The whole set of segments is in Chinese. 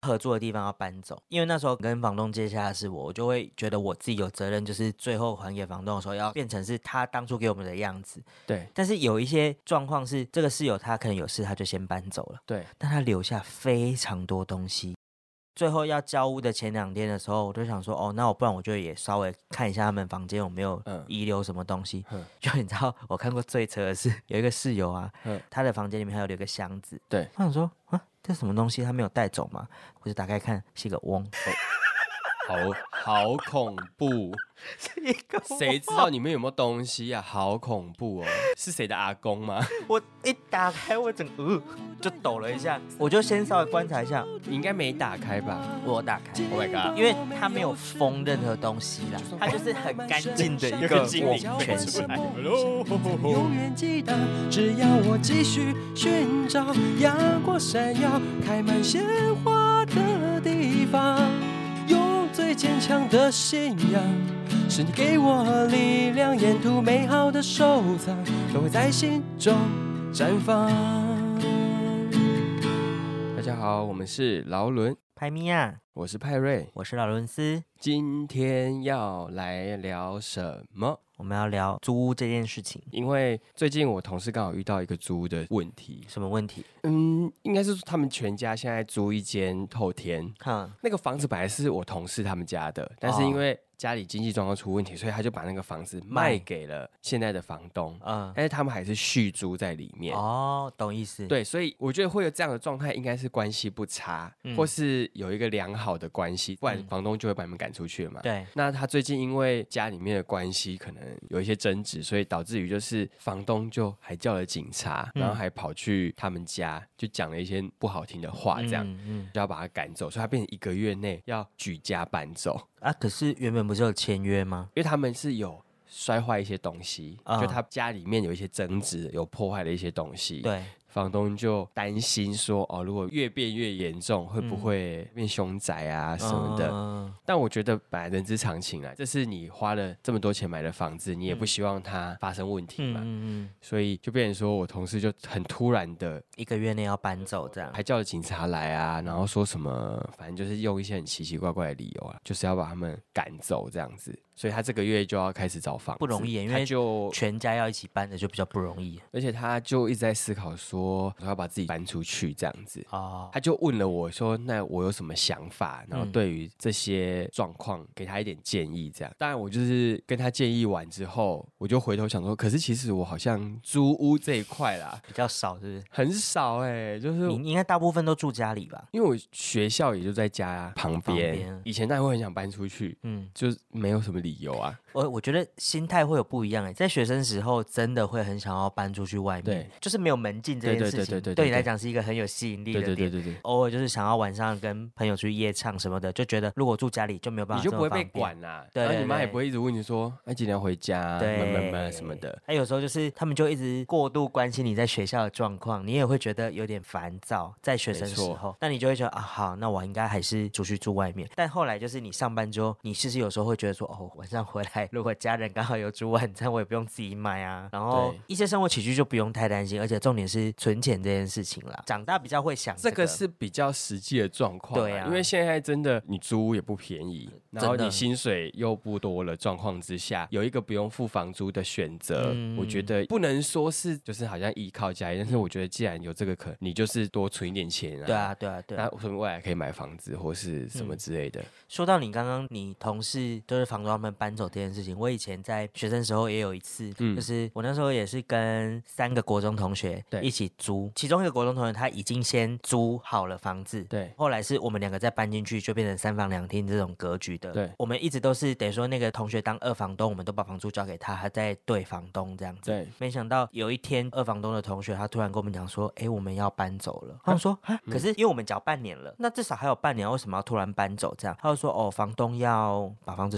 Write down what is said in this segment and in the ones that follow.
合租的地方要搬走，因为那时候跟房东接洽的是我就会觉得我自己有责任，就是最后还给房东的时候要变成是他当初给我们的样子。 对， 但是有一些状况是这个室友他可能有事他就先搬走了， 对， 但他留下非常多东西。最后要交屋的前2天的时候，我就想说，哦，那我不然我就也稍微看一下他们房间有没有遗留什么东西。就你知道，我看过最扯的是有一个室友啊，他的房间里面还有留个箱子。 对， 我想说啊，这什么东西他没有带走吗？我就打开看，是一个翁。 好恐怖！ 是一个翁， 谁知道里面有没有东西啊？好恐怖哦！是谁的阿公吗？ 我一打开，我整个就抖了一下，我就先稍微观察一下。 你应该没打开吧？ 我打开 ，Oh my god！ 因为它没有封任何东西啦，它就是很干净的一个翁，全新的。 永远记得，只要我继续寻找阳光闪耀、开满鲜花的地方，用最坚强的信仰，是你给我力量，沿途美好的收藏都会在心中绽放。 大家好，我们是劳伦， 派米亚， 我是派瑞， 我是劳伦斯。 今天要来聊什么？ 我们要聊租屋这件事情。 因为最近我同事刚好遇到一个租屋的问题。 什么问题？ 应该是说他们全家现在租一间透天，那个房子本来是我同事他们家的，但是因为家里经济状况出问题，所以他就把那个房子卖给了现在的房东，但是他们还是续租在里面。 哦，懂意思。 对，所以我觉得会有这样的状态，应该是关系不差，或是有一个良好的关系，不然房东就会把你们赶出去了嘛。 对。 那他最近因为家里面的关系可能有一些争执，所以导致于就是房东就还叫了警察，然后还跑去他们家，就讲了一些不好听的话，这样，就要把他赶走，所以他变成1个月内要举家搬走。 啊，可是原本不是有签约吗？ 因为他们是有摔坏一些东西，就他家里面有一些争执，有破坏了一些东西。 对。 房东就担心说，如果越变越严重，会不会变凶宅啊什么的？但我觉得本来人之常情啦，这是你花了这么多钱买的房子，你也不希望它发生问题嘛。所以就变成说我同事就很突然的 1个月内要搬走，这样还叫了警察来啊，然后说什么，反正就是用一些很奇奇怪怪的理由啊，就是要把他们赶走这样子。所以他这个月就要开始找房子， 不容易，因为就全家要一起搬的就比较不容易。 而且他就一直在思考说要把自己搬出去这样子。他就问了我说，那我有什么想法？然后对于这些状况给他一点建议这样。当然我就是跟他建议完之后，我就回头想说，可是其实我好像租屋这一块啦比较少，是不是？ 很少就是你应该大部分都住家里吧？ 因为我学校也就在家旁边，以前当然会很想搬出去，就是没有什么理由啊。 我觉得心态会有不一样在学生时候真的会很想要搬出去外面， 对， 就是没有门禁这件事情，对你来讲是一个很有吸引力的点。 对， 偶尔就是想要晚上跟朋友出去夜唱什么的，就觉得如果住家里就没有办法， 你就不会被管啦。对，然后你妈也不会一直问你说，几点要回家，对，什么的。 有时候就是他们就一直过度关心你在学校的状况，你也会觉得有点烦躁，在学生时候，那你就会觉得好，那我应该还是出去住外面。但后来就是你上班之后，你其实有时候会觉得说，晚上回来如果家人刚好有煮晚餐，我也不用自己买啊，然后一些生活起居就不用太担心，而且重点是存钱这件事情啦。长大比较会想这个是比较实际的状况，对啊，因为现在真的你租屋也不便宜，然后你薪水又不多了状况之下，有一个不用付房租的选择，我觉得不能说是就是好像依靠家里，但是我觉得既然有这个可能，你就是多存一点钱啊，对啊，那说明未来可以买房子或是什么之类的。 说到你刚刚你同事就是房东他们搬走这件事情，我以前在学生时候也有一次，就是我那时候也是跟3个国中同学一起租，其中一个国中同学他已经先租好了房子，对，后来是我们2个再搬进去，就变成3房2厅这种格局的，对，我们一直都是等于说那个同学当2房东，我们都把房租交给他，他在对房东这样子，对，没想到有一天2房东的同学他突然跟我们讲说，我们要搬走了，他们说可是因为我们缴半年了，那至少还有半年，为什么要突然搬走这样？他就说房东要把房子收回去了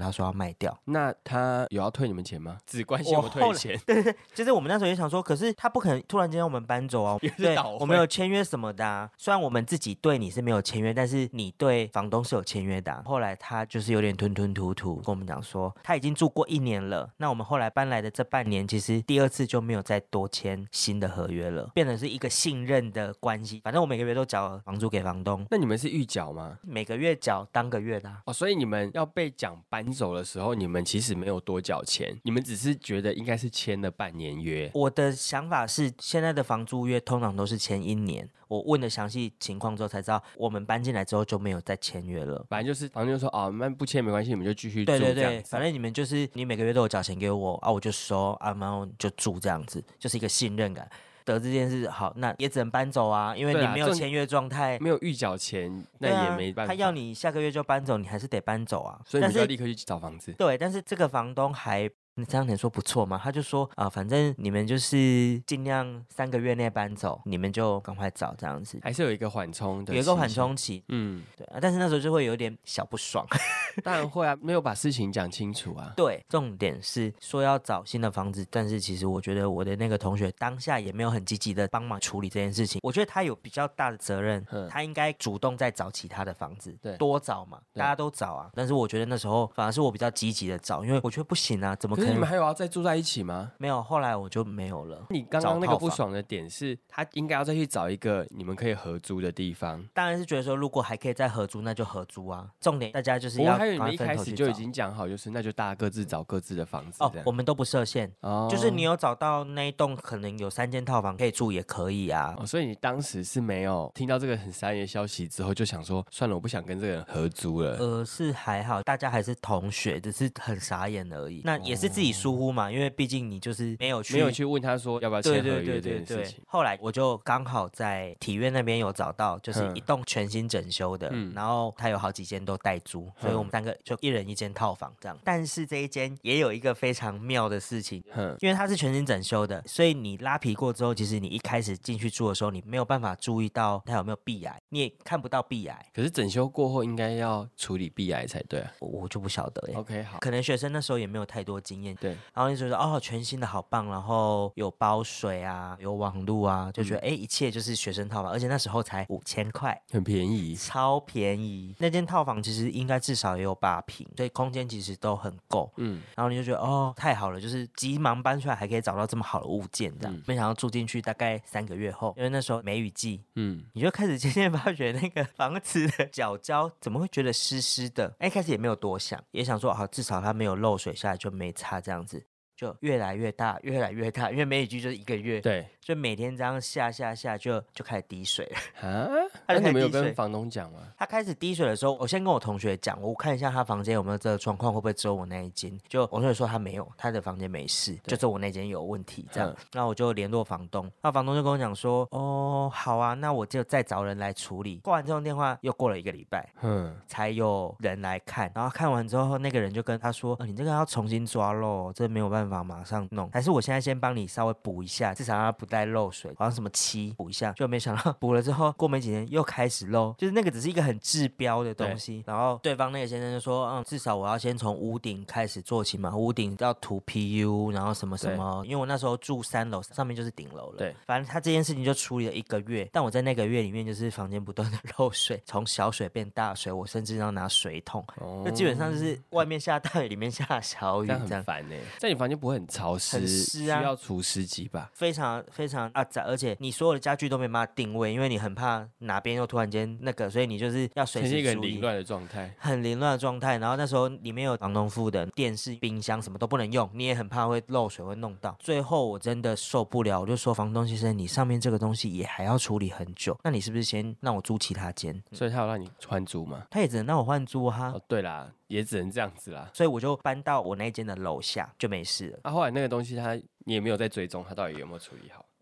他说要卖掉。 那他有要退你们钱吗？只关心我们退钱？ 对对对，就是我们那时候也想说，可是他不可能突然间让我们搬走啊。对，我们有签约什么的啊。虽然我们自己对你是没有签约，但是你对房东是有签约的啊。后来他就是有点吞吞吐吐跟我们讲说，他已经住过1年了。那我们后来搬来的这半年，其实第2次就没有再多签新的合约了，变成是一个信任的关系。反正我每个月都缴房租给房东。 那你们是预缴吗？ 每个月缴当个月的啊。 哦，所以你们要被讲搬走的时候，你们其实没有多缴钱，你们只是觉得应该是签了半年约。 我的想法是，现在的房租约通常都是签1年。我问了详细情况之后才知道，我们搬进来之后就没有再签约了。 反正就是房东就说哦，那不签没关系，你们就继续住。 对对对，反正你们就是你每个月都有缴钱给我啊，我就收啊，然后就住这样子，就是一个信任感。得知这件事好，那也只能搬走啊，因为你没有签约状态， 没有预缴钱，那也没办法。 他要你下个月就搬走，你还是得搬走啊。 所以你就要立刻去找房子。 对，但是这个房东还。你这样能说不错吗？他就说反正你们就是尽量3个月内搬走，你们就赶快找这样子， 还是有一个缓冲的， 有一个缓冲期。对啊，但是那时候就会有点小不爽。 当然会啊，没有把事情讲清楚啊。 对，重点是说要找新的房子，但是其实我觉得我的那个同学当下也没有很积极的帮忙处理这件事情。我觉得他有比较大的责任，他应该主动再找其他的房子，对，多找嘛，大家都找啊。但是我觉得那时候反而是我比较积极的找，因为我觉得不行啊，怎么可能？ 可是你们还有要再住在一起吗？ 没有，后来我就没有了。 你刚刚那个不爽的点是，他应该要再去找一个你们可以合租的地方。 当然是觉得说，如果还可以再合租，那就合租啊。重点大家就是要还有你们一开始就已经讲好，就是那就大家各自找各自的房子。 我们都不设限，就是你有找到那一栋可能有3间套房可以住也可以啊。 所以你当时是没有听到这个很傻眼的消息之后，就想说算了，我不想跟这个人合租了。 是还好，大家还是同学，只是很傻眼而已。那也是自己疏忽嘛，因为毕竟你就是没有去问他说要不要签合约这件事情。 后来我就刚好在体院那边有找到，就是一栋全新整修的，然后他有好几间都代租，所以我们3个就1人1间套房这样。但是这一间也有一个非常妙的事情，因为它是全新整修的，所以你拉皮过之后，其实你一开始进去住的时候，你没有办法注意到它有没有壁癌，你也看不到壁癌。 可是整修过后应该要处理壁癌才对啊。 我就不晓得耶。 OK， 好， 可能学生那时候也没有太多经验， 对。 然后你就说全新的好棒，然后有包水啊，有网路啊，就觉得一切就是学生套房，而且那时候才5000块， 很便宜， 超便宜。那间套房其实应该至少也有8坪，所以空间其实都很够。然后你就觉得太好了，就是急忙搬出来还可以找到这么好的物件，这样。没想到住进去大概3个月后，因为那时候梅雨季，你就开始渐渐发觉那个房子的角胶怎么会觉得湿湿的？一开始也没有多想，也想说至少它没有漏水下来就没差这样子。就越来越大，越来越大，因为梅雨季就是1个月， 对， 就每天这样下就开始滴水了啊。那你们有跟房东讲吗？ 他开始滴水的时候，我先跟我同学讲，我看一下他房间有没有这个状况，会不会只有我那一间？就我同学说他没有，他的房间没事，就只有我那间有问题这样。那我就联络房东，那房东就跟我讲说，好啊，那我就再找人来处理。挂完这通电话又过了1个礼拜，才有人来看，然后看完之后，那个人就跟他说，你这个要重新抓漏，这没有办法马上弄，还是我现在先帮你稍微补一下，至少让它不带漏水，好像什么漆补一下，就没想到补了之后，过没几天又开始漏，就是那个只是一个很治标的东西。然后对方那个先生就说，至少我要先从屋顶开始做起嘛，屋顶要涂 PU， 然后什么什么，因为我那时候住3楼，上面就是顶楼了。对，反正他这件事情就处理了1个月，但我在那个月里面就是房间不断的漏水，从小水变大水，我甚至要拿水桶，就基本上就是外面下大雨，里面下小雨，这样很烦欸。在你房间不会很潮湿？ 很湿啊， 需要除湿机吧？ 非常非常而且你所有的家具都没办法定位，因为你很怕哪边又突然间那个，所以你就是要随时注意。 呈现一个很凌乱的状态， 很凌乱的状态。然后那时候里面有房东付的电视、冰箱什么都不能用，你也很怕会漏水会弄到。最后我真的受不了，我就说房东先生，你上面这个东西也还要处理很久，那你是不是先让我租其他间？ 所以他有让你换租吗？ 他也只能让我换租哈。 对啦，也只能这样子啦。 所以我就搬到我那间的楼下，就没事了。 后来那个东西你也没有在追踪它到底有没有处理好。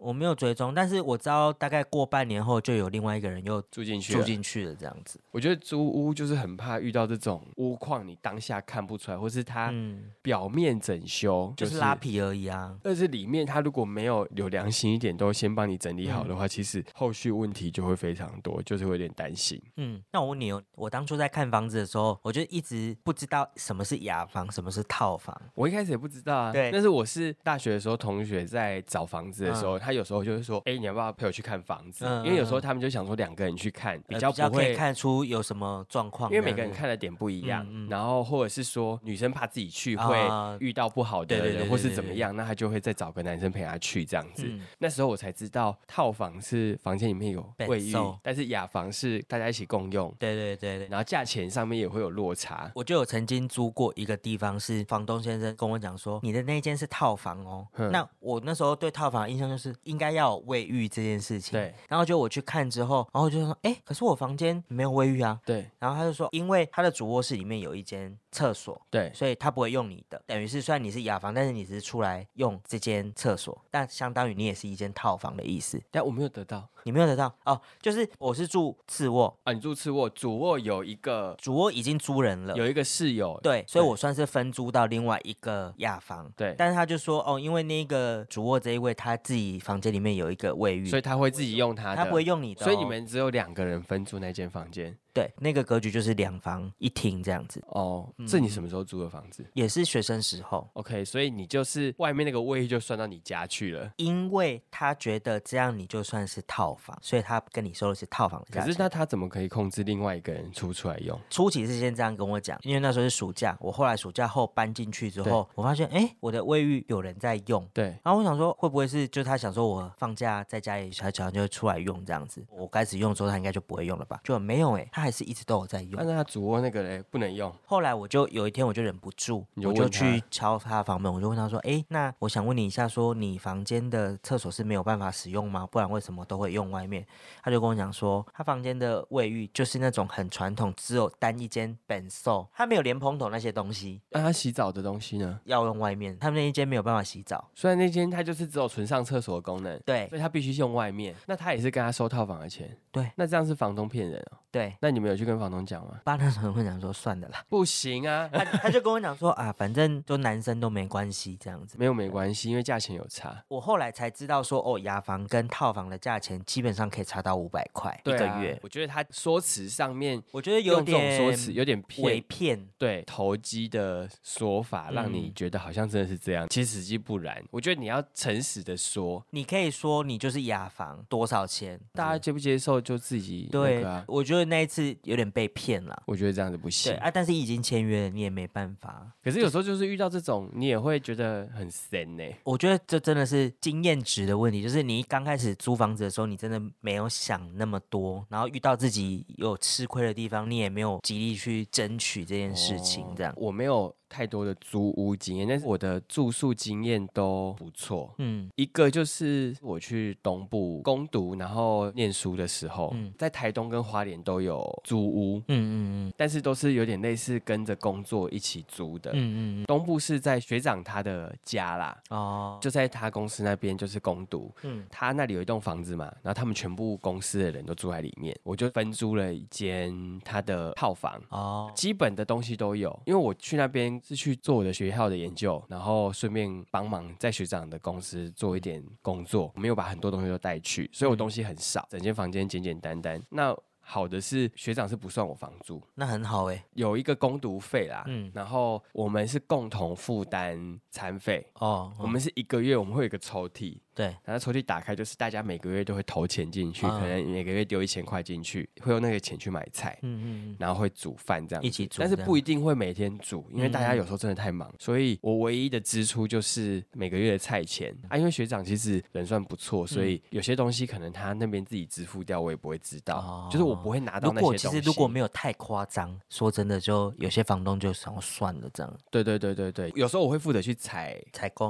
我没有追踪，但是我知道大概过半年后就有另外一个人又住进去了这样子。 我觉得租屋就是很怕遇到这种屋况你当下看不出来，或是它表面整修， 就是拉皮而已啊。 但是里面它如果没有良心一点，都先帮你整理好的话，其实后续问题就会非常多，就是会有点担心。 那我问你哦，我当初在看房子的时候，我就一直不知道什么是雅房，什么是套房。 我一开始也不知道啊。对。但是我是大学的时候，同学在找房子的时候，他有时候就会说：“你要不要陪我去看房子？”因为有时候他们就想说2个人去看，比较不会可以看出有什么状况。 因为每个人看的点不一样，然后或者是说女生怕自己去会遇到不好的人，或是怎么样，那他就会再找个男生陪他去这样子。那时候我才知道，套房是房间里面有卫浴，但是雅房是大家一起共用。 对， 然后价钱上面也会有落差。 我就有曾经租过一个地方，是房东先生跟我讲说，你的那间是套房哦。那我那时候对套房的印象就是应该要有卫浴这件事情。 对。 然后就我去看之后，然后就说，可是我房间没有卫浴啊。 对。 然后他就说，因为他的主卧室里面有一间厕所， 对， 所以他不会用你的。等于是虽然你是雅房，但是你只是出来用这间厕所，但相当于你也是一间套房的意思。 但我没有得到。 你没有得到哦，就是我是住次卧啊，你住次卧，主卧有一个， 主卧已经租人了， 有一个室友， 对，所以我算是分租到另外一个雅房， 对， 但是他就说哦，因为那个主卧这一位他自己房间里面有一个卫浴， 所以他会自己用他的， 他不会用你的， 所以你们只有2个人分租那间房间。 对，那个格局就是2房1厅这样子。 哦，这你什么时候租的房子？ 也是学生时候。 OK， 所以你就是外面那个卫浴就算到你家去了。 因为他觉得这样你就算是套房，所以他跟你收的是套房的价钱。 可是那他怎么可以控制另外一个人出来用？ 初期是先这样跟我讲，因为那时候是暑假，我后来暑假后搬进去之后，我发现我的卫浴有人在用。 对。 然后我想说会不会是就他想说我放假在家里小小就会出来用这样子，我开始用之后他应该就不会用了吧？就没有他还是一直都有在用。 那他主卧那个嘞不能用。 后来我就有一天我就忍不住，我就去敲他的房门，我就问他说那我想问你一下，说你房间的厕所是没有办法使用吗？不然为什么都会用外面？他就跟我讲说他房间的卫浴就是那种很传统，只有单一间本寿，他没有莲蓬头那些东西。 那他洗澡的东西呢？ 要用外面，他们那一间没有办法洗澡， 虽然那间他就是只有纯上厕所的功能， 对， 所以他必须用外面。那他也是跟他收套房的钱， 对， 那这样是房东骗人哦。 对， 那你们有去跟房东讲吗？ 爸那时候会讲说算了啦， 不行啊， 他就跟我讲说啊，反正就男生都没关系这样子， 没关系，因为价钱有差。 我后来才知道说雅房跟套房的价钱基本上可以差到500块一个月。 我觉得他说辞上面， 我觉得有点说辞有点伪骗， 对，投机的说法，让你觉得好像真的是这样，其实实际不然。我觉得你要诚实的说， 你可以说你就是雅房多少钱， 大家接不接受就自己对我觉得那一次有点被骗了， 我觉得这样子不行。 对啊，但是已经签约了，你也没办法。 可是有时候就是遇到这种，你也会觉得很神呢。 我觉得这真的是经验值的问题，就是你刚开始租房子的时候，你真的没有想那么多，然后遇到自己有吃亏的地方，你也没有极力去争取这件事情。这样， 我没有太多的租屋经验，但是我的住宿经验都不错。一个就是我去东部攻读，然后念书的时候，在台东跟花莲都有租屋，但是都是有点类似跟着工作一起租的。东部是在学长他的家啦，就在他公司那边就是攻读，他那里有一栋房子嘛，然后他们全部公司的人都住在里面，我就分租了一间他的套房，基本的东西都有，因为我去那边是去做我的学校的研究，然后顺便帮忙在学长的公司做一点工作，我没有把很多东西都带去，所以我东西很少，整间房间简简单单。那好的是学长是不算我房租， 那很好有一个工读费啦，然后我们是共同负担餐费我们是1个月我们会有一个抽屉， 对， 然后抽屉打开就是大家每个月都会投钱进去，可能每个月丢1000块进去，会用那个钱去买菜，然后会煮饭这样子， 一起煮， 但是不一定会每天煮，因为大家有时候真的太忙，所以我唯一的支出就是每个月的菜钱因为学长其实人算不错，所以有些东西可能他那边自己支付掉，我也不会知道，就是我不会拿到那些东西。 其实如果没有太夸张，说真的，就有些房东就想算了这样。 对，有时候我会负责去采工， 对。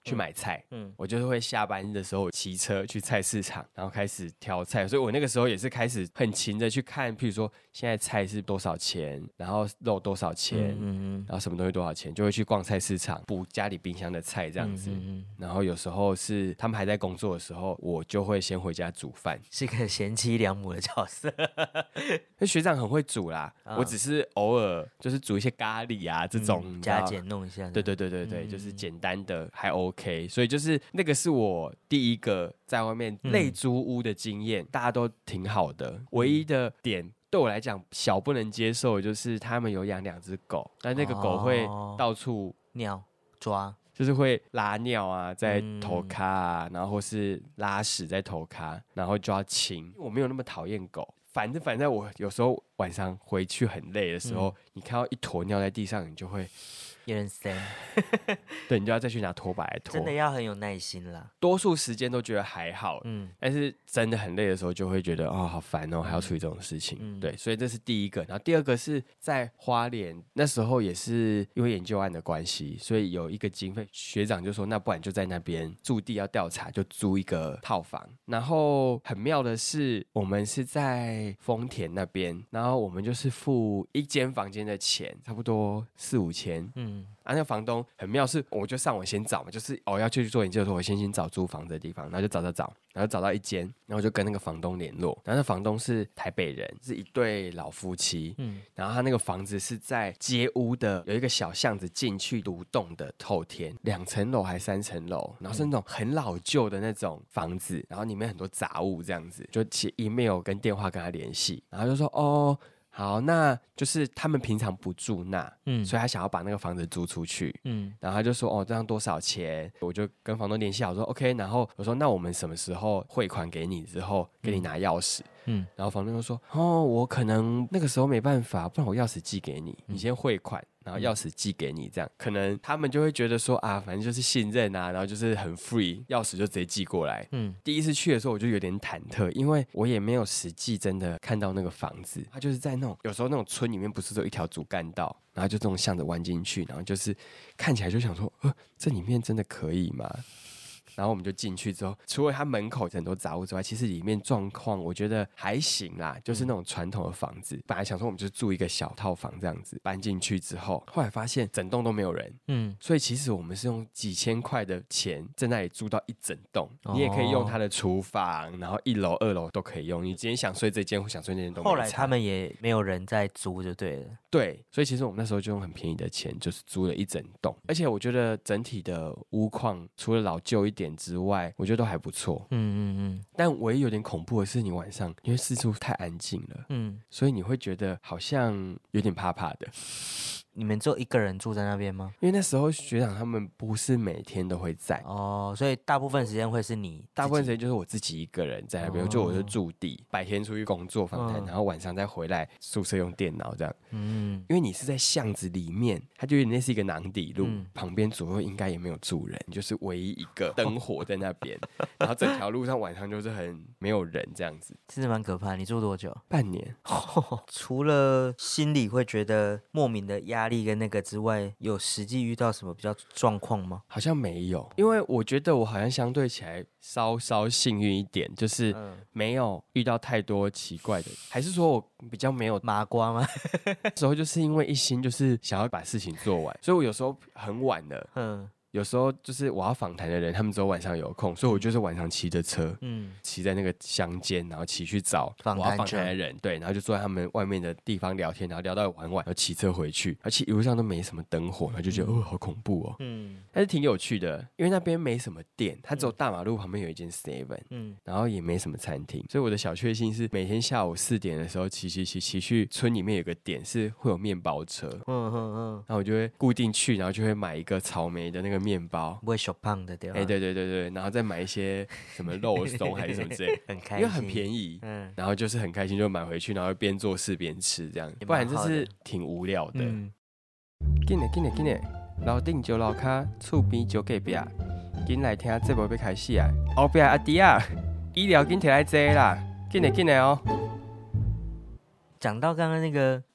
去买菜，我就是会下班的时候骑车去菜市场，然后开始挑菜，所以我那个时候也是开始很勤的去看，譬如说现在菜是多少钱，然后肉多少钱，然后什么东西多少钱，就会去逛菜市场补家里冰箱的菜这样子。然后有时候是他们还在工作的时候，我就会先回家煮饭， 是个贤妻良母的角色。 那学长很会煮啦，我只是偶尔就是煮一些咖喱啊这种， 加减弄一下。 对，就是简单的还 OK， 所以就是那个是我第一个在外面类租屋的经验，大家都挺好的。唯一的点对我来讲小不能接受，就是他们有养2只狗，但那个狗会到处尿抓。 就是会拉尿啊，在头咖啊，然后或是拉屎在头咖，然后就要清。我没有那么讨厌狗，反正我有时候晚上回去很累的时候，你看到一坨尿在地上，你就会有点生。 对，你就要再去拿拖把来拖。 真的要很有耐心啦。 多数时间都觉得还好，但是真的很累的时候，就会觉得好烦哦，还要处理这种事情。对，所以这是第一个。然后第二个是在花莲，那时候也是因为研究案的关系，所以有一个经费，学长就说，那不然就在那边驻地要调查，就租一个套房。然后很妙的是，我们是在丰田那边，然后我们就是付1间房间的钱，差不多4-5千。那个房东很妙，是我就上网先找嘛，就是要去做研究的时候，我先找租房子的地方，然后就找，然后找到1间，然后就跟那个房东联络，然后那房东是台北人，是一对老夫妻，然后他那个房子是在街屋的有一个小巷子进去独栋的透天，2层楼还3层楼，然后是那种很老旧的那种房子，然后里面很多杂物这样子，就写 email 跟电话跟他联系，然后就说好，那就是他们平常不住那，所以他想要把那个房子租出去，然后他就说这样多少钱？我就跟房东联系好，我说 OK， 然后我说那我们什么时候汇款给你之后，给你拿钥匙？然后房东就说我可能那个时候没办法，不然我钥匙寄给你，你先汇款。然后钥匙寄给你，这样可能他们就会觉得说反正就是信任啊，然后就是很 free， 钥匙就直接寄过来。第一次去的时候我就有点忐忑，因为我也没有实际真的看到那个房子，它就是在那种有时候那种村里面不是有一条主干道，然后就这种巷子弯进去，然后就是看起来就想说这里面真的可以吗？然后我们就进去之后，除了它门口很多杂物之外，其实里面状况我觉得还行啦，就是那种传统的房子。本来想说我们就住一个小套房这样子，搬进去之后，后来发现整栋都没有人，所以其实我们是用几千块的钱在那里租到一整栋。你也可以用它的厨房，然后1楼、2楼都可以用。你今天想睡这间或想睡那间都没差。 后来他们也没有人在租就对了。 对，所以其实我们那时候就用很便宜的钱，就是租了一整栋。而且我觉得整体的屋况除了老旧一点之外，我觉得都还不错。但唯一有点恐怖的是，你晚上因为四处太安静了，所以你会觉得好像有点怕怕的。 你们只有一个人住在那边吗？ 因为那时候学长他们不是每天都会在所以大部分时间会是你， 大部分时间就是我自己一个人在那边，就我就驻地，白天出去工作访谈，然后晚上再回来宿舍用电脑这样。因为你是在巷子里面，它就有点类似一个囊底路，旁边左右应该也没有住人，就是唯一一个灯火在那边，然后整条路上晚上就是很没有人这样子， 其实蛮可怕。你住多久？ 半年。 除了心里会觉得莫名的压力跟那个之外，有实际遇到什么比较状况吗？ 好像没有，因为我觉得我好像相对起来稍幸运一点，就是没有遇到太多奇怪的，还是说我比较没有麻瓜吗？ 那时候就是因为一心就是想要把事情做完，所以我有时候很晚了，有时候就是我要访谈的人，他们只有晚上有空，所以我就是晚上骑着车，骑在那个乡间，然后骑去找我要访谈的人，对，然后就坐在他们外面的地方聊天，然后聊到晚，然后骑车回去，而且一路上都没什么灯火，然后就觉得好恐怖哦，但是挺有趣的，因为那边没什么店，它只有大马路旁边有一间 Seven，然后也没什么餐厅，所以我的小确幸是每天下午4点的时候骑去村里面有个点是会有面包车，然后我就会固定去，然后就会买一个草莓的那个面包， 不会小胖的对吧？ 对，然后再买一些什么肉松还是什么之类， 很开心， 因为很便宜，然后就是很开心就买回去，然后边做事边吃这样，不然就是挺无聊的。紧嘞，楼顶就楼骹，厝边就隔壁，紧来听节目要开始啊！后壁阿弟啊，医疗紧摕来坐啦，紧嘞哦。 讲到刚刚那个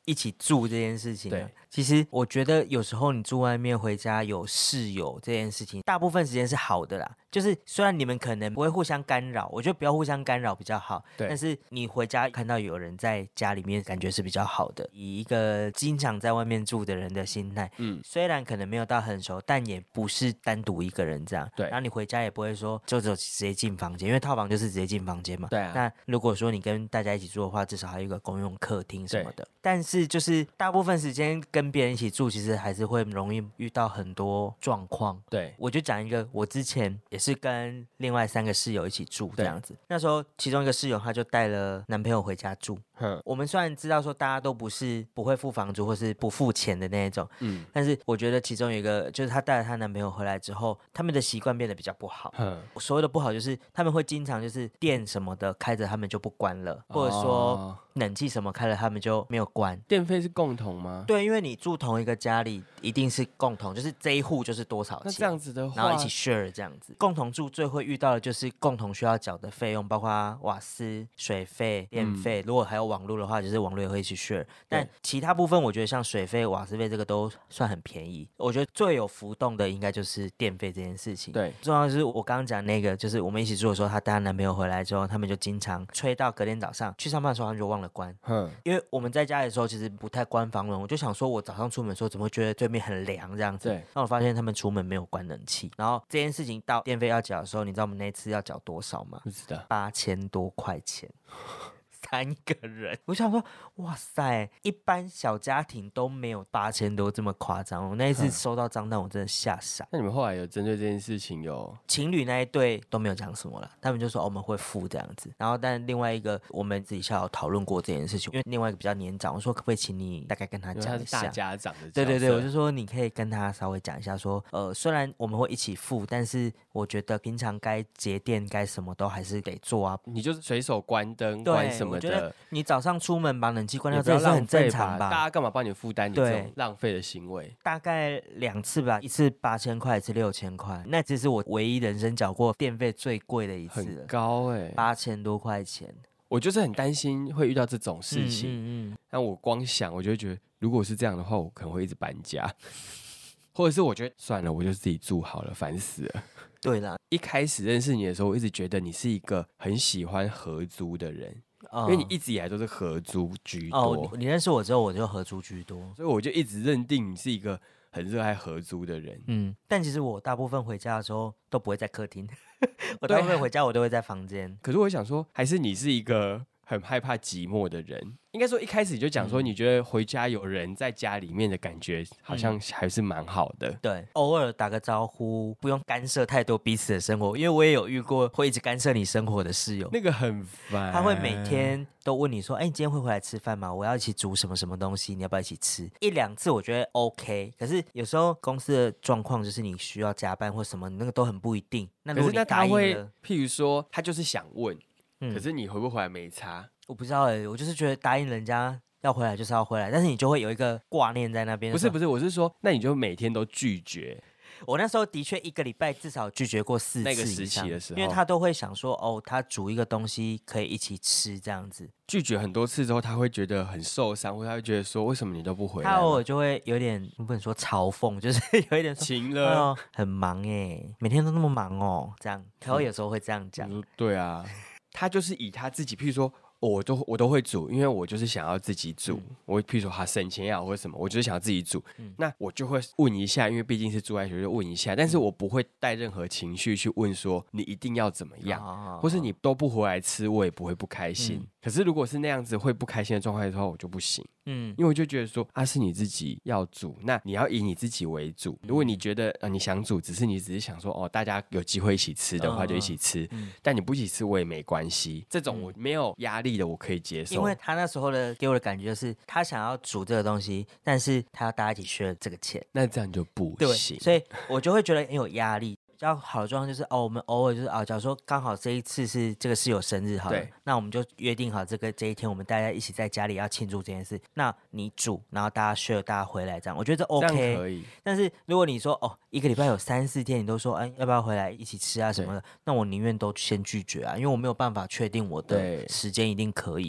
一起住这件事情、啊。 对， 其实我觉得有时候你住外面回家有室友这件事情，大部分时间是好的啦。就是虽然你们可能不会互相干扰，我觉得不要互相干扰比较好。但是你回家看到有人在家里面，感觉是比较好的。以一个经常在外面住的人的心态，虽然可能没有到很熟，但也不是单独一个人这样。 对， 然后你回家也不会说就只有直接进房间，因为套房就是直接进房间嘛。 对啊。 那如果说你跟大家一起住的话，至少还有一个公用客厅什么的。但是就是大部分时间跟别人一起住，其实还是会容易遇到很多状况。 对， 我就讲一个，我之前也是跟另外3个室友一起住这样子。那时候其中一个室友他就带了男朋友回家住。我们虽然知道说大家都不会付房租或是不付钱的那一种，但是我觉得其中有一个就是她带了她男朋友回来之后，他们的习惯变得比较不好。所谓的不好就是他们会经常就是电什么的开着他们就不关了，或者说冷气什么开了他们就没有关。 电费是共同吗？ 对，因为你住同一个家里一定是共同，就是这一户就是多少钱， 那这样子的话然后一起 share 这样子。共同住最会遇到的就是共同需要缴的费用，包括瓦斯、水费、电费，如果还有网络的话就是网络也会一起 share。但其他部分我觉得像水费、瓦斯费这个都算很便宜。我觉得最有浮动的应该就是电费这件事情。 对， 重要的是我刚刚讲那个，就是我们一起住的时候，她带她男朋友回来之后，他们就经常吹到隔天早上去上班的时候他们就忘了关。因为我们在家里的时候其实不太关房门，我就想说我早上出门的时候怎么会觉得对面很凉这样子。对，那我发现他们出门没有关冷气，然后这件事情到电费要缴的时候，你知道我们那次要缴多少吗？ 不知道 ，8000多块钱。3个人，我想说，哇塞，一般小家庭都没有8000多这么夸张。我那一次收到账单，我真的吓傻。 那你们后来有针对这件事情情侣那一对都没有讲什么了，他们就说、我们会付这样子。然后，但另外一个我们自己下有讨论过这件事情，因为另外一个比较年长，我说可不可以请你大概跟他讲一下？ 他是大家长的角色。 对对对，我就说你可以跟他稍微讲一下说，虽然我们会一起付，但是我觉得平常该节电该什么都还是得做啊。 你就是随手关灯关什么的， 我觉得你早上出门把冷气关掉，这也是很正常吧？ 大家干嘛帮你负担你这种浪费的行为？ 大概2次吧，一次8000块，一次6000块。那只是我唯一人生缴过电费最贵的一次了， 很高 8000多块钱。 我就是很担心会遇到这种事情。但我光想，我就会觉得，如果是这样的话，我可能会一直搬家，或者是我觉得算了，我就自己住好了，烦死了。 对啦， 一开始认识你的时候，我一直觉得你是一个很喜欢合租的人。因为你一直以来都是合租居多。 你认识我之后，我就合租居多， 所以我就一直认定你是一个很热爱合租的人。 但其实我大部分回家的时候都不会在客厅，我大部分回家我都会在房间。 可是我想说，还是你是一个很害怕寂寞的人。应该说一开始你就讲说，你觉得回家有人在家里面的感觉好像还是蛮好的。 对，偶尔打个招呼，不用干涉太多彼此的生活。因为我也有遇过会一直干涉你生活的室友， 那个很烦。 他会每天都问你说，你今天会回来吃饭吗？我要一起煮什么什么东西，你要不要一起吃？1-2次我觉得 OK， 可是有时候公司的状况就是你需要加班或什么，那个都很不一定。那如果你答应了， 可是他会，譬如说他就是想问，可是你回不回来没差。 我不知道我就是觉得答应人家要回来就是要回来，但是你就会有一个挂念在那边。 不是，我是说，那你就每天都拒绝。 我那时候的确1个礼拜至少拒绝过4次以上， 那个时期的时候， 因为他都会想说，他煮一个东西可以一起吃这样子。 拒绝很多次之后，他会觉得很受伤，或者他会觉得说，为什么你都不回来？ 他偶尔就会有点不能说嘲讽，就是有一点说晴了， 很忙每天都那么忙这样。他会有时候会这样讲。 对啊，他就是以他自己，譬如说。我都会煮，因为我就是想要自己煮。我譬如说他省钱也好或者什么，我就是想要自己煮。那我就会问一下，因为毕竟是住在一起，就问一下。但是我不会带任何情绪去问说你一定要怎么样，或是你都不回来吃，我也不会不开心。可是如果是那样子会不开心的状态的话，我就不行。因为我就觉得说是你自己要煮，那你要以你自己为主。如果你觉得你想煮，只是想说大家有机会一起吃的话就一起吃，但你不一起吃我也没关系。这种我没有压力的我可以接受。 因为他那时候给我的感觉就是他想要煮这个东西，但是他要大家一起削这个钱， 那这样就不行。 所以我就会觉得很有压力。比较好的状况就是我们偶尔就是假如说刚好这一次是这个室友生日好了，那我们就约定好这一天我们大家一起在家里要庆祝这件事。那你煮，然后大家 share， 大家回来这样，我觉得这 OK， 这样可以。 但是如果你说1个礼拜有3-4天，你都说要不要回来一起吃啊什么的，那我宁愿都先拒绝啊，因为我没有办法确定我的时间一定可以嘛。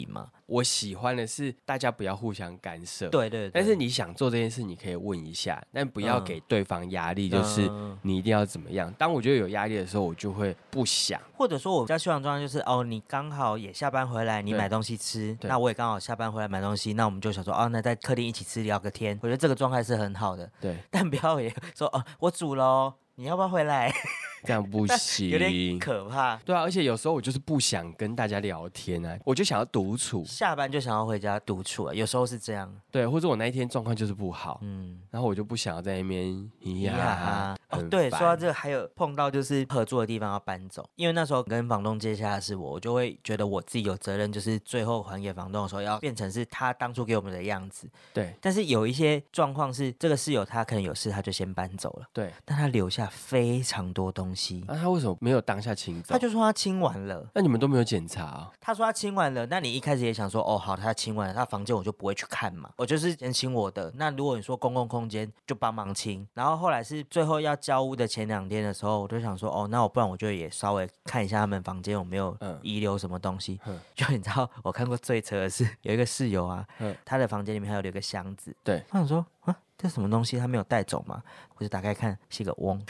我喜欢的是大家不要互相干涉， 对对对， 但是你想做这件事，你可以问一下，但不要给对方压力，就是你一定要怎么样。当我觉得有压力的时候，我就会不想。 或者说我比较希望的状况就是你刚好也下班回来，你买东西吃，那我也刚好下班回来买东西，那我们就想说那在客厅一起吃聊个天，我觉得这个状态是很好的。 对， 但不要也说我煮咯，你要不要回来？ 这样不行， 有点可怕。 对啊，而且有时候我就是不想跟大家聊天啊，我就想要独处， 下班就想要回家独处有时候是这样。 对，或者我那一天状况就是不好，然后我就不想要在那边对，说到这个，还有碰到就是合作的地方要搬走，因为那时候跟房东接洽的是我就会觉得我自己有责任，就是最后还给房东的时候要变成是他当初给我们的样子。 对， 但是有一些状况是这个室友他可能有事，他就先搬走了。 对， 但他留下非常多东西。 他为什么没有当下清走？ 他就说他清完了。 那你们都没有检查他说他清完了，那你一开始也想说好，他清完了，他房间我就不会去看嘛，我就是先清我的。那如果你说公共空间就帮忙清，然后后来是最后要交屋的前2天的时候，我就想说那我不然我就也稍微看一下他们房间有没有遗留什么东西。就你知道我看过最扯的是有一个室友他的房间里面还有留个箱子。 对， 他想说这什么东西他没有带走吗？我就打开看，是一个翁。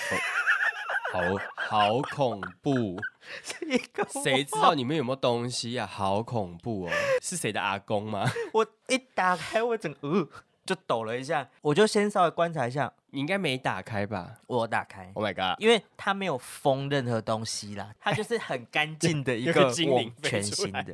好恐怖！谁知道里面有没有东西啊？好恐怖哦！是谁的阿公吗？ 我一打开，我整个就抖了一下，我就先稍微观察一下。 你应该没打开吧？ 我打开。 Oh my god！ 因为他没有封任何东西啦，他就是很干净的一个精灵， 全新的。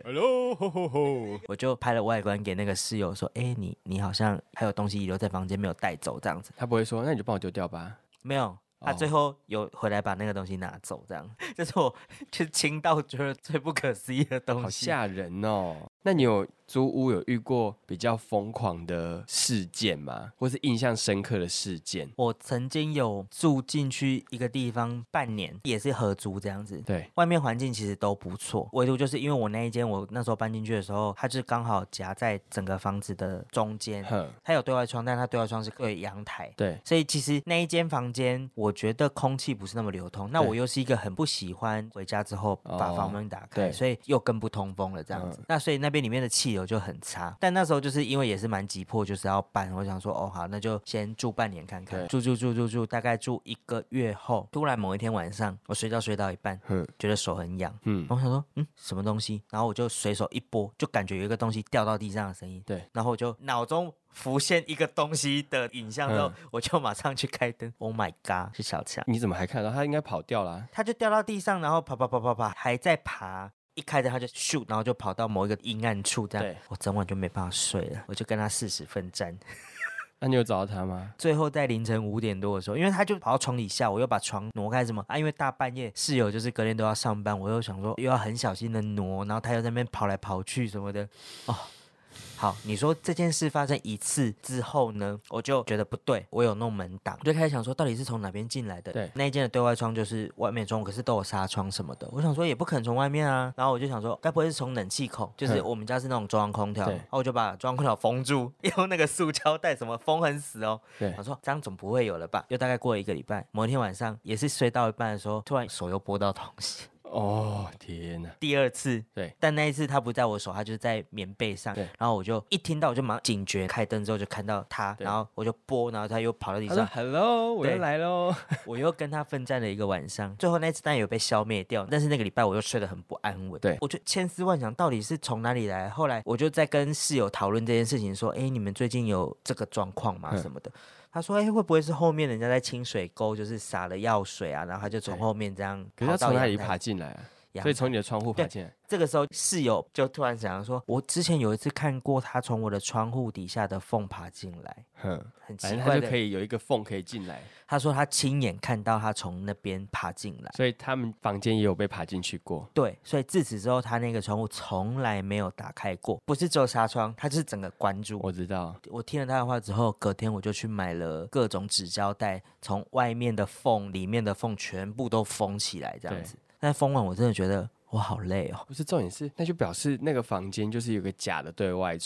Hello， 我就拍了外观给那个室友说：“你好像还有东西遗留在房间没有带走这样子。” 他不会说：“那你就帮我丢掉吧。” 没有。他最后有回来把那个东西拿走，这样，这是我就是亲到觉得最不可思议的东西， 好吓人哦！那你有租屋有遇过比较疯狂的事件吗？或是印象深刻的事件？ 我曾经有住进去一个地方半年，也是合租这样子。 对， 外面环境其实都不错，唯独就是因为我那一间，我那时候搬进去的时候，它就是刚好夹在整个房子的中间，它有对外窗，但它对外窗是对阳台。 对， 所以其实那一间房间，我觉得空气不是那么流通。那我又是一个很不喜欢回家之后把房门打开，所以又更不通风了这样子。那所以那边里面的气流就很差。但那时候就是因为也是蛮急迫，就是要搬，我想说好，那就先住半年看看。住，大概住1个月后，突然某一天晚上，我睡到一半，觉得手很痒，然后我想说什么东西，然后我就随手一拨，就感觉有一个东西掉到地上的声音。 对， 然后我就脑中浮现一个东西的影像之后，我就马上去开灯。Oh my god， 是小强！ 你怎么还看到他？应该跑掉了。 他就掉到地上，然后爬，还在爬。一开灯他就咻，然后就跑到某一个阴暗处，这样我整晚就没办法睡了，我就跟他40分战。 那你有找到他吗？ 最后在凌晨5点多的时候，因为他就跑到床底下，我又把床挪开，什么因为大半夜室友就是隔天都要上班，我又想说又要很小心的挪，然后他又在那边跑来跑去什么的。好，你说这件事发生1次之后呢，我就觉得不对，我有弄门挡，我就开始想说到底是从哪边进来的。 对， 那一间的对外窗就是外面窗，可是都有纱窗什么的，我想说也不可能从外面啊，然后我就想说该不会是从冷气口，就是我们家是那种中央空调，然后我就把中央空调封住，用那个塑胶袋什么封很死哦。 对， 我说这样总不会有了吧？又大概过了1个礼拜，某一天晚上也是睡到一半的时候，突然手又拨到东西。 天哪！ 第2次， 对， 但那一次他不在我手，他就是在棉被上。对，然后我就一听到，我就马上警觉，开灯之后就看到他，然后我就拨，然后他又跑到地上。 Hello， 我又来喽！ 我又跟他奋战了1个晚上，最后那次当然有被消灭掉，但是那个礼拜我又睡得很不安稳。 对， 我就千丝万想，到底是从哪里来？后来我就在跟室友讨论这件事情，说：“你们最近有这个状况吗？什么的？”他说：“会不会是后面人家在清水沟，就是洒了药水啊，然后他就从后面这样跑到阳台？” 可是他从哪里爬进来啊？所以从你的窗户爬进来。 这个时候室友就突然想说，我之前有一次看过他从我的窗户底下的缝爬进来，很奇怪的， 他就可以有一个缝可以进来。 他说他亲眼看到他从那边爬进来， 所以他们房间也有被爬进去过。 对，所以自此之后他那个窗户从来没有打开过，不是只有纱窗，他就是整个关住。 我知道。 我听了他的话之后，隔天我就去买了各种纸胶带，从外面的缝、里面的缝全部都封起来，这样子。但封完我真的觉得我好累哦。 不是，重点是那就表示那个房间就是有个假的对外窗，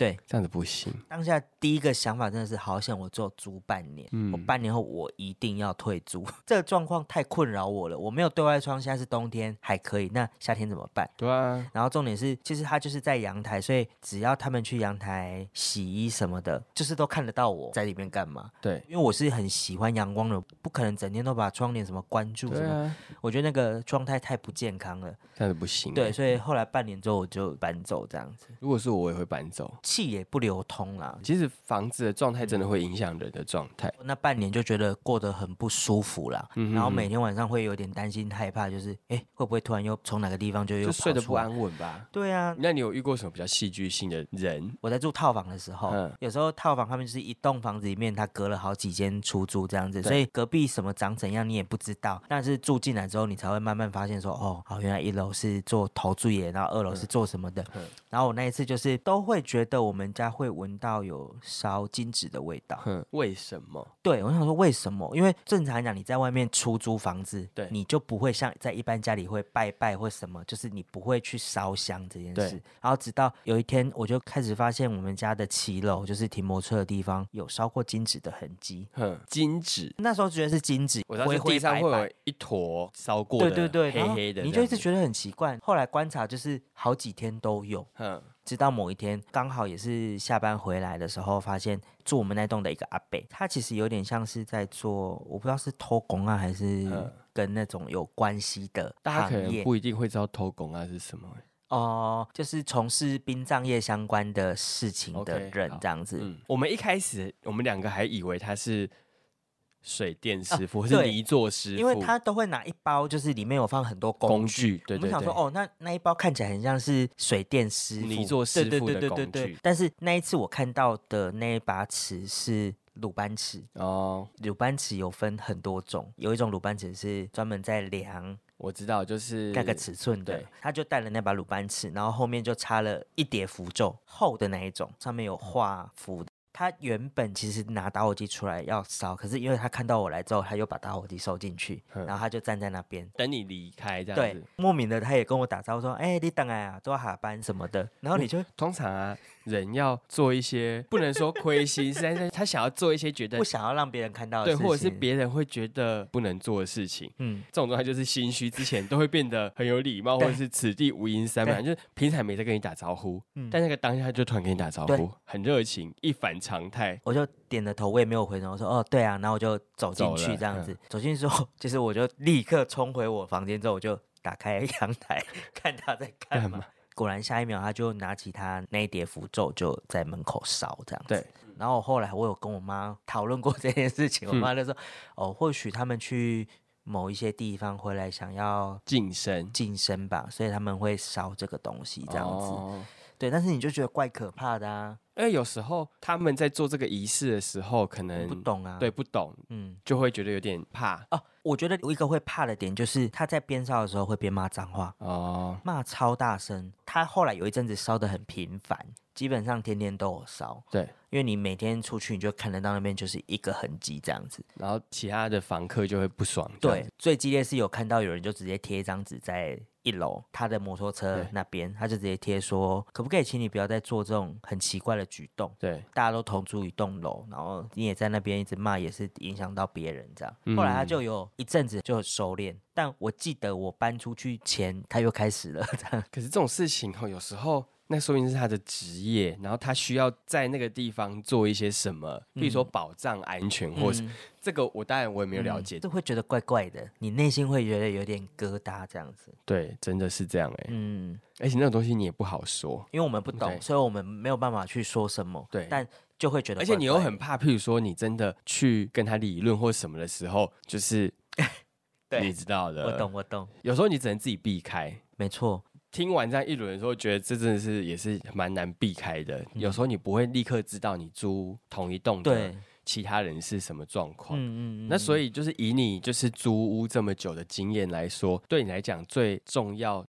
对， 这样子不行。 当下第一个想法真的是好险，我只有租半年，我半年后我一定要退租。这个状况太困扰我了，我没有对外窗，现在是冬天还可以，那夏天怎么办？ 对啊。 然后重点是，其实他就是在阳台，所以只要他们去阳台洗衣什么的，就是都看得到我在里面干嘛。 对， 因为我是很喜欢阳光的，不可能整天都把窗帘什么关住什么，我觉得那个状态太不健康了， 这样子不行。 对，所以后来半年之后我就搬走这样子。 如果是我也会搬走， 气也不流通啦。 其实房子的状态真的会影响人的状态。 那半年就觉得过得很不舒服啦，然后每天晚上会有点担心害怕，就是会不会突然又从哪个地方就睡得不安稳吧？ 对啊。 那你有遇过什么比较戏剧性的人？ 我在住套房的时候，有时候套房他们就是一栋房子里面，它隔了好几间出租这样子，所以隔壁什么长怎样你也不知道。但是住进来之后，你才会慢慢发现说，好，原来1楼是做投注业，然后2楼是做什么的。然后我那一次就是都会觉得我们家会闻到有烧金纸的味道。 为什么？ 对，我想说为什么？因为正常来讲，你在外面出租房子，对，你就不会像在一般家里会拜拜或什么，就是你不会去烧香这件事。然后直到有一天，我就开始发现我们家的7楼，就是停摩托车的地方，有烧过金纸的痕迹。 金纸， 那时候觉得是金纸， 我知道是地上会有一坨烧过的，对，黑黑的， 你就一直觉得很奇怪。后来观察，就是好几天都有。直到某一天，刚好也是下班回来的时候，发现住我们那栋的一个阿伯，他其实有点像是在做，我不知道是偷工啊，还是跟那种有关系的行业。 大家可能不一定会知道偷工啊是什么。 就是从事殡葬业相关的事情的人这样子。 我们一开始我们2个还以为他是水电师傅，或是泥作师傅， 因为他都会拿一包，就是里面有放很多工具。对，我们想说，那一包看起来很像是水电师傅、 泥作师傅的工具。 但是那一次我看到的那一把尺是鲁班尺。鲁班尺有分很多种，有一种鲁班尺是专门在量。 我知道，就是那个尺寸的，他就带了那把鲁班尺，然后后面就插了一叠符咒，厚的那一种，上面有画符的。他原本其实拿打火机出来要烧，可是因为他看到我来之后，他又把打火机收进去，然后他就站在那边等你离开这样子。 对，莫名的他也跟我打招呼说：“你等来啊，都要下班什么的。”然后你就通常啊，人要做一些不能说亏心，是在他想要做一些觉得不想要让别人看到的事情， 对，或者是别人会觉得不能做的事情。这种状态就是心虚之前都会变得很有礼貌，或者是此地无银三百，就是平常没在跟你打招呼，但那个当下就突然跟你打招呼，很热情，一反常态。 我就点了头，我也没有回头，我说对啊，然后我就走进去这样子。走进去之后，其实我就立刻冲回我房间，之后我就打开阳台看他在干嘛。果然下一秒他就拿起他那一叠符咒就在门口烧这样子。对，然后后来我有跟我妈讨论过这件事情，我妈就说或许他们去某一些地方回来想要晋升吧，所以他们会烧这个东西这样子。对，但是你就觉得怪可怕的啊。 因为有时候他们在做这个仪式的时候，可能不懂啊， 对，不懂，就会觉得有点怕。 我觉得有一个会怕的点，就是他在边烧的时候会边骂脏话，骂超大声。他后来有一阵子烧得很频繁，基本上天天都有烧。对，因为你每天出去，你就看得到那边就是一个痕迹这样子， 然后其他的房客就会不爽。 对，最激烈是有看到有人就直接贴一张纸在1楼他的摩托车那边，他就直接贴说，可不可以请你不要再做这种很奇怪的举动。对，大家都同住一栋楼，然后你也在那边一直骂，也是影响到别人这样。后来他就有一阵子就收敛，但我记得我搬出去前他又开始了这样。 可是这种事情有时候那说明是他的职业，然后他需要在那个地方做一些什么，比如说保障安全，或是这个我当然我也没有了解， 就会觉得怪怪的，你内心会觉得有点疙瘩这样子。 对，真的是这样而且那种东西你也不好说， 因为我们不懂，所以我们没有办法去说什么。对，但就会觉得怪怪的， 而且你又很怕，譬如说你真的去跟他理论或什么的时候，就是你知道的， 我懂。 有时候你只能自己避开， 没错。 听完这样一轮的时候，觉得这真的是也是蛮难避开的。有时候你不会立刻知道你租同一栋的其他人是什么状况。那所以就是以你就是租屋这么久的经验来说，对你来讲最重要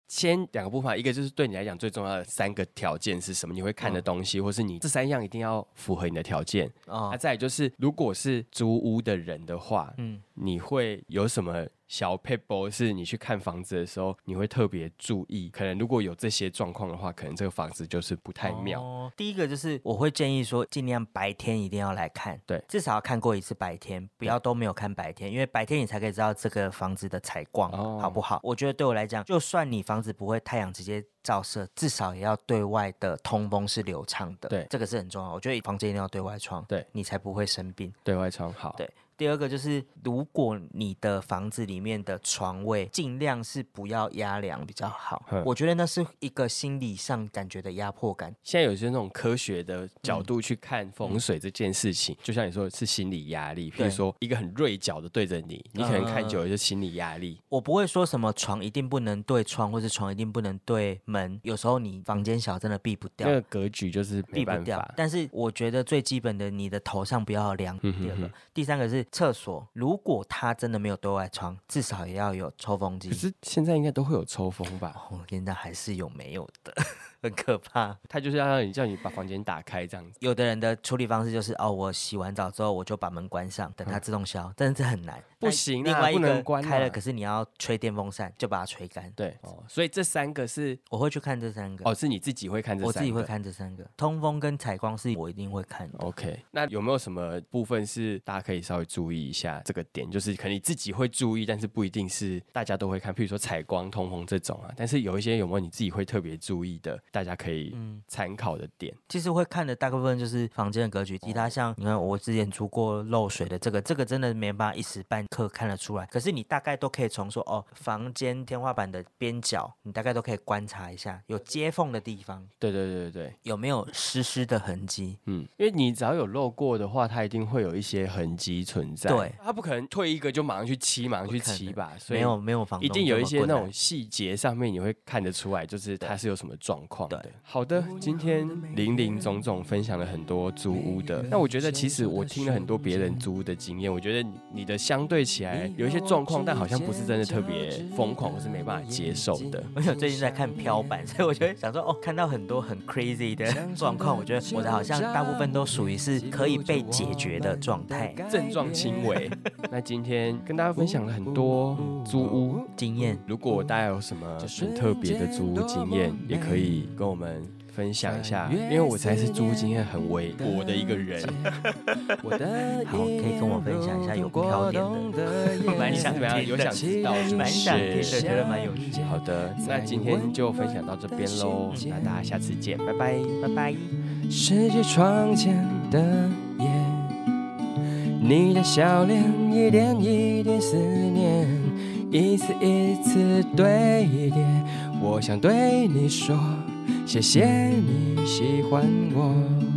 先2个部分，一个就是对你来讲最重要的3个条件是什么，你会看的东西，或是你这3样一定要符合你的条件。再来就是如果是租屋的人的话，你会有什么小撇步是你去看房子的时候你会特别注意，可能如果有这些状况的话，可能这个房子就是不太妙。 第一个就是我会建议说尽量白天一定要来看， 对， 至少要看过一次白天，不要都没有看白天，因为白天你才可以知道这个房子的采光好不好。我觉得对我来讲，就算你房子不会太阳直接照射，至少也要对外的通风是流畅的， 对， 这个是很重要。我觉得房间一定要对外窗， 对， 你才不会生病。 对外窗好， 对。第二个就是，如果你的房子里面的床位尽量是不要压梁比较好，我觉得那是一个心理上感觉的压迫感。 现在有些那种科学的角度去看风水这件事情，就像你说的是心理压力，比如说一个很锐角的对着你，你可能看久了就心理压力。 我不会说什么床一定不能对窗，或者床一定不能对门，有时候你房间小真的避不掉， 那个格局就是没办法。避不掉。 但是我觉得最基本的，你的头上不要有梁。第三个是厕所，如果它真的没有对外窗，至少也要有抽风机。 可是现在应该都会有抽风吧？ 现在还是有没有的。很可怕， 他就是要让你叫你把房间打开这样子。 有的人的处理方式就是我洗完澡之后我就把门关上，等它自动消，但是这很难。 不行， 另外一个开了，可是你要吹电风扇就把它吹干。 对，所以这3个是我会去看这3个。 是你自己会看这3个？ 我自己会看这3个，通风跟采光是我一定会看的。 OK， 那有没有什么部分是大家可以稍微注意一下这个点？就是可能你自己会注意，但是不一定是大家都会看，譬如说采光、通风这种啊。但是有一些有没有你自己会特别注意的，大家可以参考的点？ 其实会看的大部分就是房间的格局，其他像你看我之前租过漏水的这个真的没办法一时半刻看得出来，可是你大概都可以从说房间天花板的边角，你大概都可以观察一下有接缝的地方， 对， 有没有湿的痕迹。 因为你只要有漏过的话，它一定会有一些痕迹存在。 对， 它不可能退一个就马上去漆吧，所以没有房东一定有一些那种细节上面你会看得出来，就是它是有什么状况的。好的，今天林林总总分享了很多租屋的，那我觉得其实我听了很多别人租屋的经验，我觉得你的相对起来有一些状况，但好像不是真的特别疯狂或是没办法接受的。 而且我最近在看飘版，所以我就会想说看到很多很 crazy 的状况，我觉得我的好像大部分都属于是可以被解决的状态， 症状轻微。那今天跟大家分享了很多租屋经验， 如果大家有什么很特别的租屋经验，也可以跟我们分享一下，因为我才是租屋经验很微薄的一个人。 好，可以跟我分享一下有飘点的，蛮想听的， 有想知道是不是？ 蛮想听的，觉得蛮有趣。 好的，那今天就分享到这边喽，那大家下次见，拜拜， 拜拜。 拾起窗前的夜，你的笑脸一点一点思念，一次一次堆叠。我想对你说，谢谢你喜欢我。